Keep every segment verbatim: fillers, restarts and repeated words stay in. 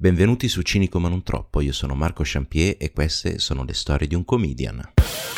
Benvenuti su Cinico ma non troppo, io sono Marco Champier e queste sono le storie di un comedian.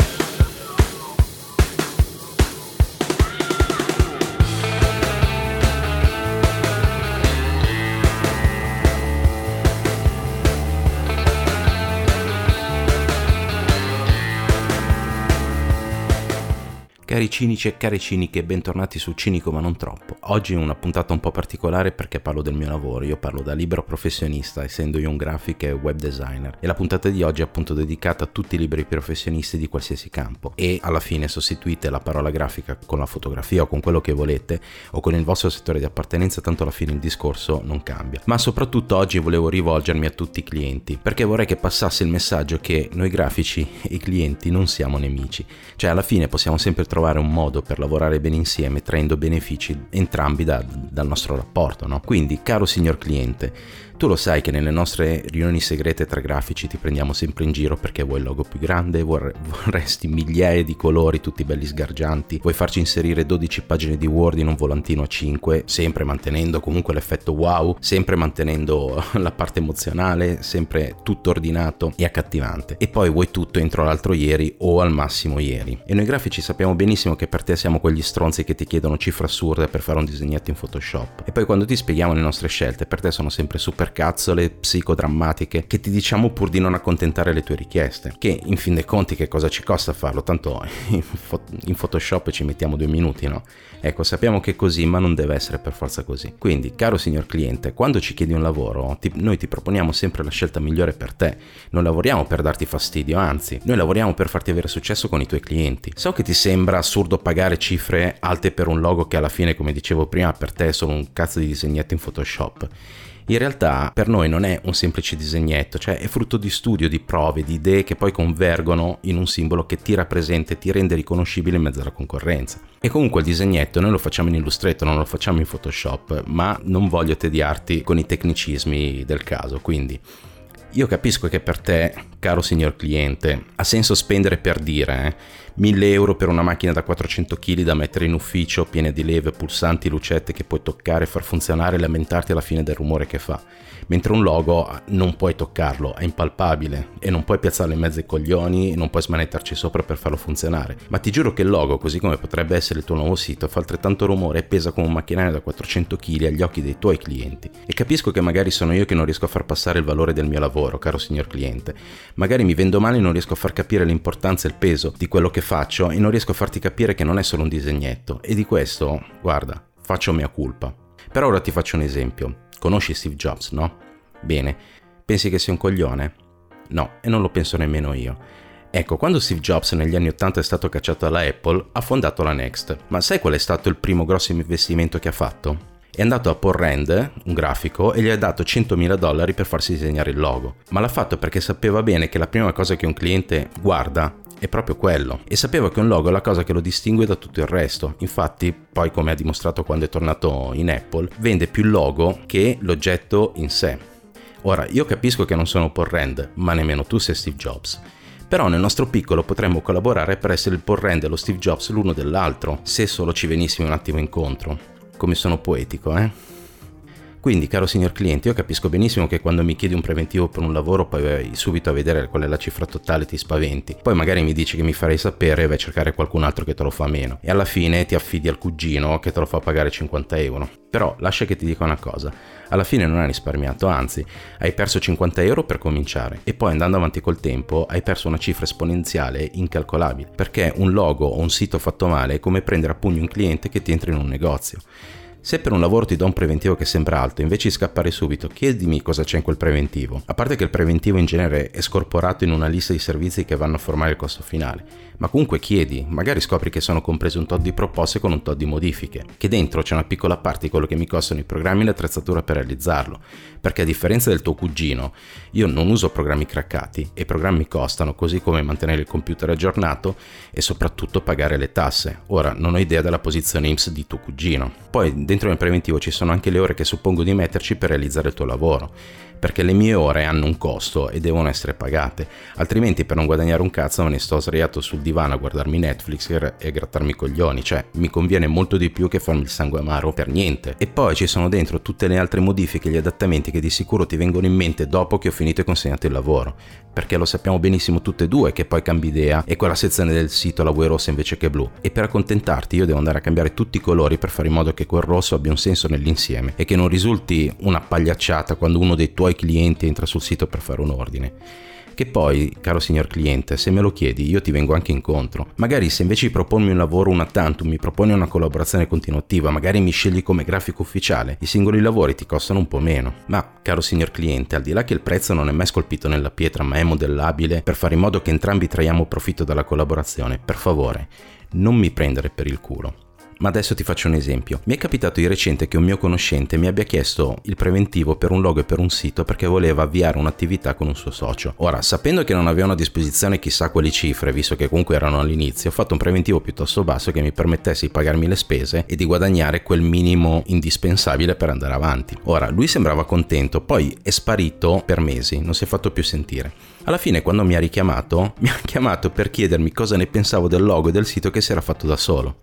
Cari cinici e care ciniche, bentornati su Cinico ma non troppo. Oggi è una puntata un po' particolare perché parlo del mio lavoro, io parlo da libero professionista, essendo io un grafico e web designer. E la puntata di oggi è appunto dedicata a tutti i liberi professionisti di qualsiasi campo. E alla fine sostituite la parola grafica con la fotografia o con quello che volete, o con il vostro settore di appartenenza, tanto alla fine il discorso non cambia. Ma soprattutto oggi volevo rivolgermi a tutti i clienti, perché vorrei che passasse il messaggio che noi grafici e i clienti non siamo nemici. Cioè alla fine possiamo sempre trovare un modo per lavorare bene insieme, traendo benefici entrambi da, dal nostro rapporto, no? Quindi, caro signor cliente, tu lo sai che nelle nostre riunioni segrete tra grafici ti prendiamo sempre in giro perché vuoi il logo più grande, vorresti migliaia di colori tutti belli sgargianti, vuoi farci inserire dodici pagine di Word in un volantino a cinque, sempre mantenendo comunque l'effetto wow, sempre mantenendo la parte emozionale, sempre tutto ordinato e accattivante. E poi vuoi tutto entro l'altro ieri o al massimo ieri. E noi grafici sappiamo benissimo che per te siamo quegli stronzi che ti chiedono cifre assurde per fare un disegnetto in Photoshop. E poi quando ti spieghiamo le nostre scelte, per te sono sempre super cazzole psicodrammatiche che ti diciamo pur di non accontentare le tue richieste, che in fin dei conti che cosa ci costa farlo, tanto in, fo- in Photoshop ci mettiamo due minuti, no? Ecco, sappiamo che è così, ma non deve essere per forza così. Quindi, caro signor cliente, quando ci chiedi un lavoro, ti, noi ti proponiamo sempre la scelta migliore per te. Non lavoriamo per darti fastidio, anzi, noi lavoriamo per farti avere successo con i tuoi clienti. So che ti sembra assurdo pagare cifre alte per un logo che alla fine, come dicevo prima, per te è solo un cazzo di disegnetto in Photoshop. In realtà per noi non è un semplice disegnetto, cioè è frutto di studio, di prove, di idee che poi convergono in un simbolo che ti rappresenta e ti rende riconoscibile in mezzo alla concorrenza. E comunque il disegnetto noi lo facciamo in Illustrator, non lo facciamo in Photoshop, ma non voglio tediarti con i tecnicismi del caso, quindi io capisco che per te, caro signor cliente, ha senso spendere per dire eh, mille euro per una macchina da quattrocento chili da mettere in ufficio, piena di leve, pulsanti, lucette che puoi toccare, far funzionare e lamentarti alla fine del rumore che fa. Mentre un logo non puoi toccarlo, è impalpabile e non puoi piazzarlo in mezzo ai coglioni e non puoi smanettarci sopra per farlo funzionare. Ma ti giuro che il logo, così come potrebbe essere il tuo nuovo sito, fa altrettanto rumore e pesa come un macchinario da quattrocento chili agli occhi dei tuoi clienti. E capisco che magari sono io che non riesco a far passare il valore del mio lavoro, caro signor cliente. Magari mi vendo male e non riesco a far capire l'importanza e il peso di quello che faccio e non riesco a farti capire che non è solo un disegnetto. E di questo, guarda, faccio mea culpa. Però ora ti faccio un esempio. Conosci Steve Jobs, no? Bene, pensi che sia un coglione? No, e non lo penso nemmeno io. Ecco, quando Steve Jobs negli anni ottanta è stato cacciato dalla Apple, ha fondato la Next. Ma sai qual è stato il primo grosso investimento che ha fatto? È andato a Paul Rand, un grafico, e gli ha dato centomila dollari per farsi disegnare il logo. Ma l'ha fatto perché sapeva bene che la prima cosa che un cliente guarda è proprio quello, e sapeva che un logo è la cosa che lo distingue da tutto il resto. Infatti, poi, come ha dimostrato quando è tornato in Apple, vende più il logo che l'oggetto in sé. Ora, io capisco che non sono Paul Rand, ma nemmeno tu sei Steve Jobs. Però nel nostro piccolo potremmo collaborare per essere il Paul Rand e lo Steve Jobs l'uno dell'altro, se solo ci venissimo un attimo incontro. Come sono poetico, eh? Quindi, caro signor cliente, io capisco benissimo che quando mi chiedi un preventivo per un lavoro poi vai subito a vedere qual è la cifra totale, ti spaventi. Poi magari mi dici che mi farei sapere e vai a cercare qualcun altro che te lo fa meno. E alla fine ti affidi al cugino che te lo fa pagare cinquanta euro. Però lascia che ti dica una cosa. Alla fine non hai risparmiato, anzi, hai perso cinquanta euro per cominciare. E poi andando avanti col tempo hai perso una cifra esponenziale incalcolabile. Perché un logo o un sito fatto male è come prendere a pugno un cliente che ti entra in un negozio. Se per un lavoro ti do un preventivo che sembra alto, invece di scappare subito, chiedimi cosa c'è in quel preventivo. A parte che il preventivo in genere è scorporato in una lista di servizi che vanno a formare il costo finale, ma comunque chiedi, magari scopri che sono comprese un tot di proposte con un tot di modifiche, che dentro c'è una piccola parte di quello che mi costano i programmi e l'attrezzatura per realizzarlo, perché a differenza del tuo cugino, io non uso programmi craccati e i programmi costano, così come mantenere il computer aggiornato e soprattutto pagare le tasse. Ora, non ho idea della posizione I N P S di tuo cugino. Poi dentro nel preventivo ci sono anche le ore che suppongo di metterci per realizzare il tuo lavoro, perché le mie ore hanno un costo e devono essere pagate, altrimenti per non guadagnare un cazzo me ne sto sdraiato sul divano a guardarmi Netflix e grattarmi i coglioni, cioè mi conviene molto di più che farmi il sangue amaro per niente. E poi ci sono dentro tutte le altre modifiche, gli adattamenti che di sicuro ti vengono in mente dopo che ho finito e consegnato il lavoro, perché lo sappiamo benissimo tutte e due che poi cambi idea e quella sezione del sito la vuoi rossa invece che blu, e per accontentarti io devo andare a cambiare tutti i colori per fare in modo che quel rosso abbia un senso nell'insieme e che non risulti una pagliacciata quando uno dei tuoi clienti entra sul sito per fare un ordine. Che poi, caro signor cliente, se me lo chiedi io ti vengo anche incontro. Magari se invece di propormi un lavoro una tantum mi proponi una collaborazione continuativa, magari mi scegli come grafico ufficiale, i singoli lavori ti costano un po' meno. Ma, caro signor cliente, al di là che il prezzo non è mai scolpito nella pietra ma è modellabile per fare in modo che entrambi traiamo profitto dalla collaborazione, per favore, non mi prendere per il culo. Ma adesso ti faccio un esempio. Mi è capitato di recente che un mio conoscente mi abbia chiesto il preventivo per un logo e per un sito perché voleva avviare un'attività con un suo socio. Ora, sapendo che non avevano a disposizione chissà quali cifre, visto che comunque erano all'inizio, ho fatto un preventivo piuttosto basso che mi permettesse di pagarmi le spese e di guadagnare quel minimo indispensabile per andare avanti. Ora, lui sembrava contento, poi è sparito per mesi, non si è fatto più sentire. Alla fine, quando mi ha richiamato, mi ha chiamato per chiedermi cosa ne pensavo del logo e del sito che si era fatto da solo.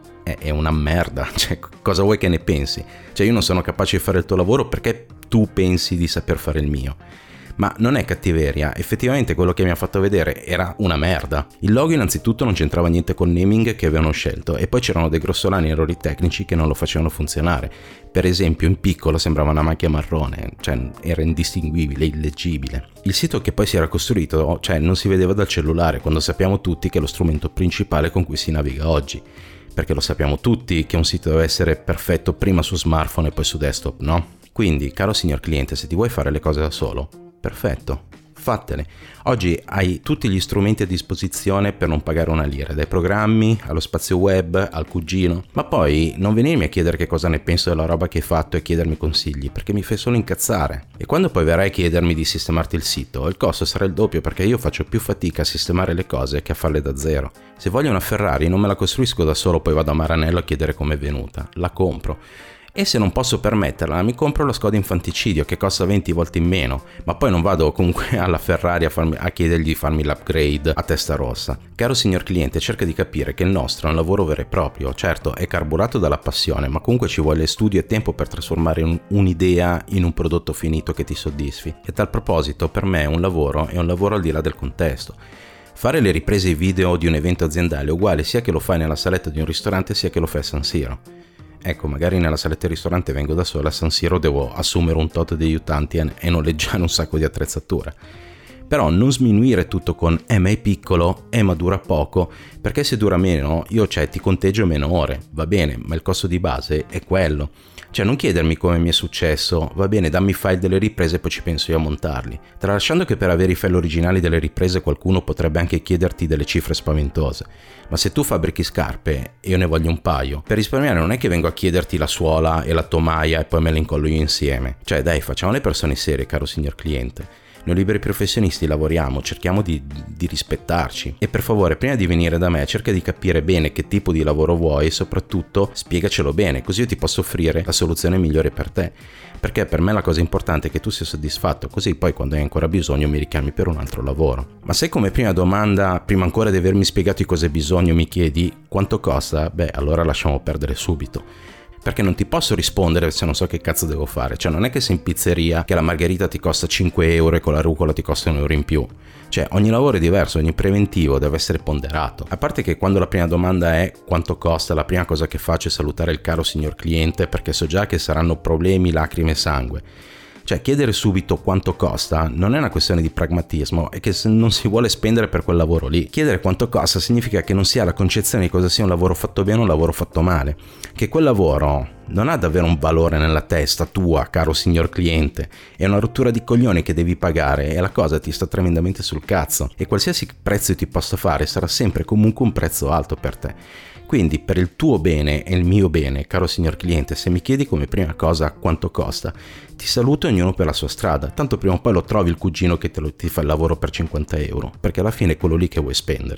È una merda, cioè cosa vuoi che ne pensi? Cioè io non sono capace di fare il tuo lavoro perché tu pensi di saper fare il mio. Ma non è cattiveria, effettivamente quello che mi ha fatto vedere era una merda. Il logo innanzitutto non c'entrava niente col naming che avevano scelto e poi c'erano dei grossolani errori tecnici che non lo facevano funzionare. Per esempio in piccolo sembrava una macchia marrone, cioè era indistinguibile, illeggibile. Il sito che poi si era costruito, cioè non si vedeva dal cellulare, quando sappiamo tutti che è lo strumento principale con cui si naviga oggi. Perché lo sappiamo tutti che un sito deve essere perfetto prima su smartphone e poi su desktop, no? Quindi, caro signor cliente, se ti vuoi fare le cose da solo, perfetto, fattele. Oggi hai tutti gli strumenti a disposizione per non pagare una lira, dai programmi allo spazio web al cugino, ma poi non venirmi a chiedere che cosa ne penso della roba che hai fatto e chiedermi consigli, perché mi fai solo incazzare. E quando poi verrai a chiedermi di sistemarti il sito, il costo sarà il doppio perché io faccio più fatica a sistemare le cose che a farle da zero. Se voglio una Ferrari non me la costruisco da solo, poi vado a Maranello a chiedere com'è venuta, la compro. E se non posso permetterla, mi compro la Skoda Infanticidio che costa venti volte in meno, ma poi non vado comunque alla Ferrari a, farmi, a chiedergli di farmi l'upgrade a testa rossa. Caro signor cliente, cerca di capire che il nostro è un lavoro vero e proprio, certo è carburato dalla passione, ma comunque ci vuole studio e tempo per trasformare un, un'idea in un prodotto finito che ti soddisfi. E a tal proposito, per me un lavoro è un lavoro al di là del contesto. Fare le riprese video di un evento aziendale è uguale sia che lo fai nella saletta di un ristorante sia che lo fai a San Siro. Ecco, magari nella saletta del ristorante vengo da solo, a San Siro devo assumere un tot di aiutanti e noleggiare un sacco di attrezzatura. Però non sminuire tutto con eh ma è piccolo, eh ma dura poco, perché se dura meno io cioè ti conteggio meno ore, va bene, ma il costo di base è quello. Cioè non chiedermi come mi è successo, va bene, dammi i file delle riprese e poi ci penso io a montarli. Tralasciando che per avere i file originali delle riprese qualcuno potrebbe anche chiederti delle cifre spaventose, ma se tu fabbrichi scarpe e io ne voglio un paio, per risparmiare non è che vengo a chiederti la suola e la tomaia e poi me le incollo io insieme. Cioè dai, facciamo le persone serie, caro signor cliente. Noi liberi professionisti lavoriamo, cerchiamo di, di rispettarci e per favore prima di venire da me cerca di capire bene che tipo di lavoro vuoi e soprattutto spiegacelo bene, così io ti posso offrire la soluzione migliore per te, perché per me la cosa importante è che tu sia soddisfatto, così poi quando hai ancora bisogno mi richiami per un altro lavoro. Ma se come prima domanda, prima ancora di avermi spiegato di cosa hai bisogno, mi chiedi quanto costa, beh allora lasciamo perdere subito. Perché non ti posso rispondere se non so che cazzo devo fare. Cioè non è che sei in pizzeria che la margherita ti costa cinque euro e con la rucola ti costa un euro in più. Cioè ogni lavoro è diverso, ogni preventivo deve essere ponderato. A parte che quando la prima domanda è quanto costa, la prima cosa che faccio è salutare il caro signor cliente perché so già che saranno problemi, lacrime e sangue. Cioè chiedere subito quanto costa non è una questione di pragmatismo, è che se non si vuole spendere per quel lavoro lì. Chiedere quanto costa significa che non si ha la concezione di cosa sia un lavoro fatto bene o un lavoro fatto male, che quel lavoro non ha davvero un valore nella testa tua, caro signor cliente, è una rottura di coglioni che devi pagare e la cosa ti sta tremendamente sul cazzo e qualsiasi prezzo ti possa fare sarà sempre comunque un prezzo alto per te. Quindi per il tuo bene e il mio bene, caro signor cliente, se mi chiedi come prima cosa quanto costa, ti saluto ognuno per la sua strada, tanto prima o poi lo trovi il cugino che te lo, ti fa il lavoro per cinquanta euro, perché alla fine è quello lì che vuoi spendere.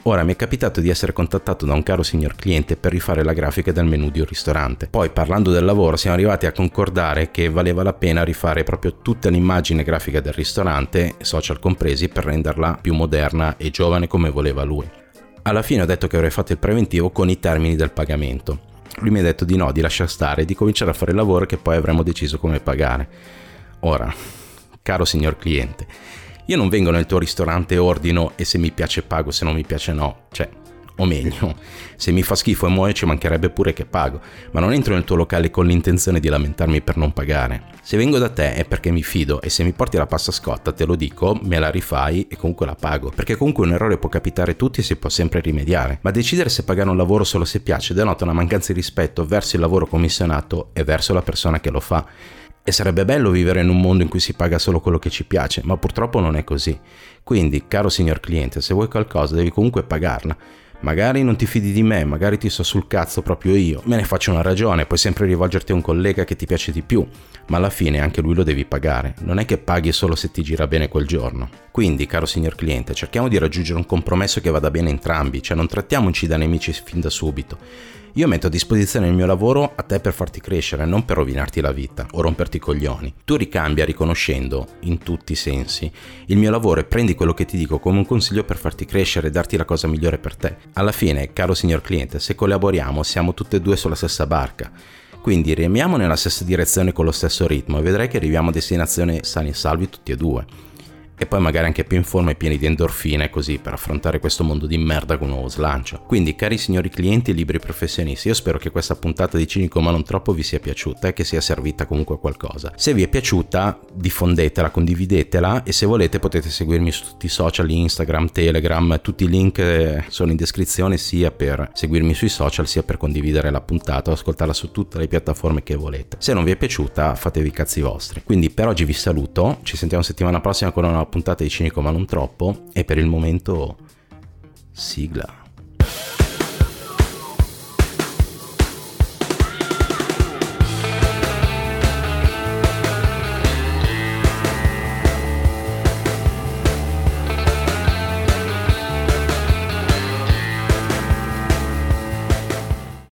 Ora mi è capitato di essere contattato da un caro signor cliente per rifare la grafica del menu di un ristorante. Poi, parlando del lavoro, siamo arrivati a concordare che valeva la pena rifare proprio tutta l'immagine grafica del ristorante, social compresi, per renderla più moderna e giovane come voleva lui. Alla fine ho detto che avrei fatto il preventivo con i termini del pagamento. Lui mi ha detto di no, di lasciar stare, di cominciare a fare il lavoro che poi avremmo deciso come pagare. Ora, caro signor cliente, io non vengo nel tuo ristorante e ordino e se mi piace pago, se non mi piace no. Cioè, o meglio, se mi fa schifo e muoio ci mancherebbe pure che pago, ma non entro nel tuo locale con l'intenzione di lamentarmi per non pagare. Se vengo da te è perché mi fido e se mi porti la pasta scotta, te lo dico, me la rifai e comunque la pago, perché comunque un errore può capitare a tutti e si può sempre rimediare, ma decidere se pagare un lavoro solo se piace denota una mancanza di rispetto verso il lavoro commissionato e verso la persona che lo fa. E sarebbe bello vivere in un mondo in cui si paga solo quello che ci piace, ma purtroppo non è così. Quindi, caro signor cliente, se vuoi qualcosa devi comunque pagarla. Magari non ti fidi di me, magari ti sto sul cazzo proprio io, me ne faccio una ragione, puoi sempre rivolgerti a un collega che ti piace di più, ma alla fine anche lui lo devi pagare, non è che paghi solo se ti gira bene quel giorno. Quindi, caro signor cliente, cerchiamo di raggiungere un compromesso che vada bene entrambi, cioè non trattiamoci da nemici fin da subito. Io metto a disposizione il mio lavoro a te per farti crescere, non per rovinarti la vita o romperti i coglioni. Tu ricambia riconoscendo, in tutti i sensi, il mio lavoro e prendi quello che ti dico come un consiglio per farti crescere e darti la cosa migliore per te. Alla fine, caro signor cliente, se collaboriamo siamo tutte e due sulla stessa barca. Quindi remiamo nella stessa direzione con lo stesso ritmo e vedrai che arriviamo a destinazione sani e salvi tutti e due. E poi magari anche più in forma e pieni di endorfine così per affrontare questo mondo di merda con un nuovo slancio. Quindi cari signori clienti e liberi professionisti, io spero che questa puntata di Cinico ma non troppo vi sia piaciuta e che sia servita comunque a qualcosa. Se vi è piaciuta diffondetela, condividetela e se volete potete seguirmi su tutti i social, Instagram, Telegram, tutti i link sono in descrizione sia per seguirmi sui social sia per condividere la puntata o ascoltarla su tutte le piattaforme che volete. Se non vi è piaciuta fatevi i cazzi vostri. Quindi per oggi vi saluto, ci sentiamo settimana prossima con una puntata di Cinico ma non troppo e per il momento sigla.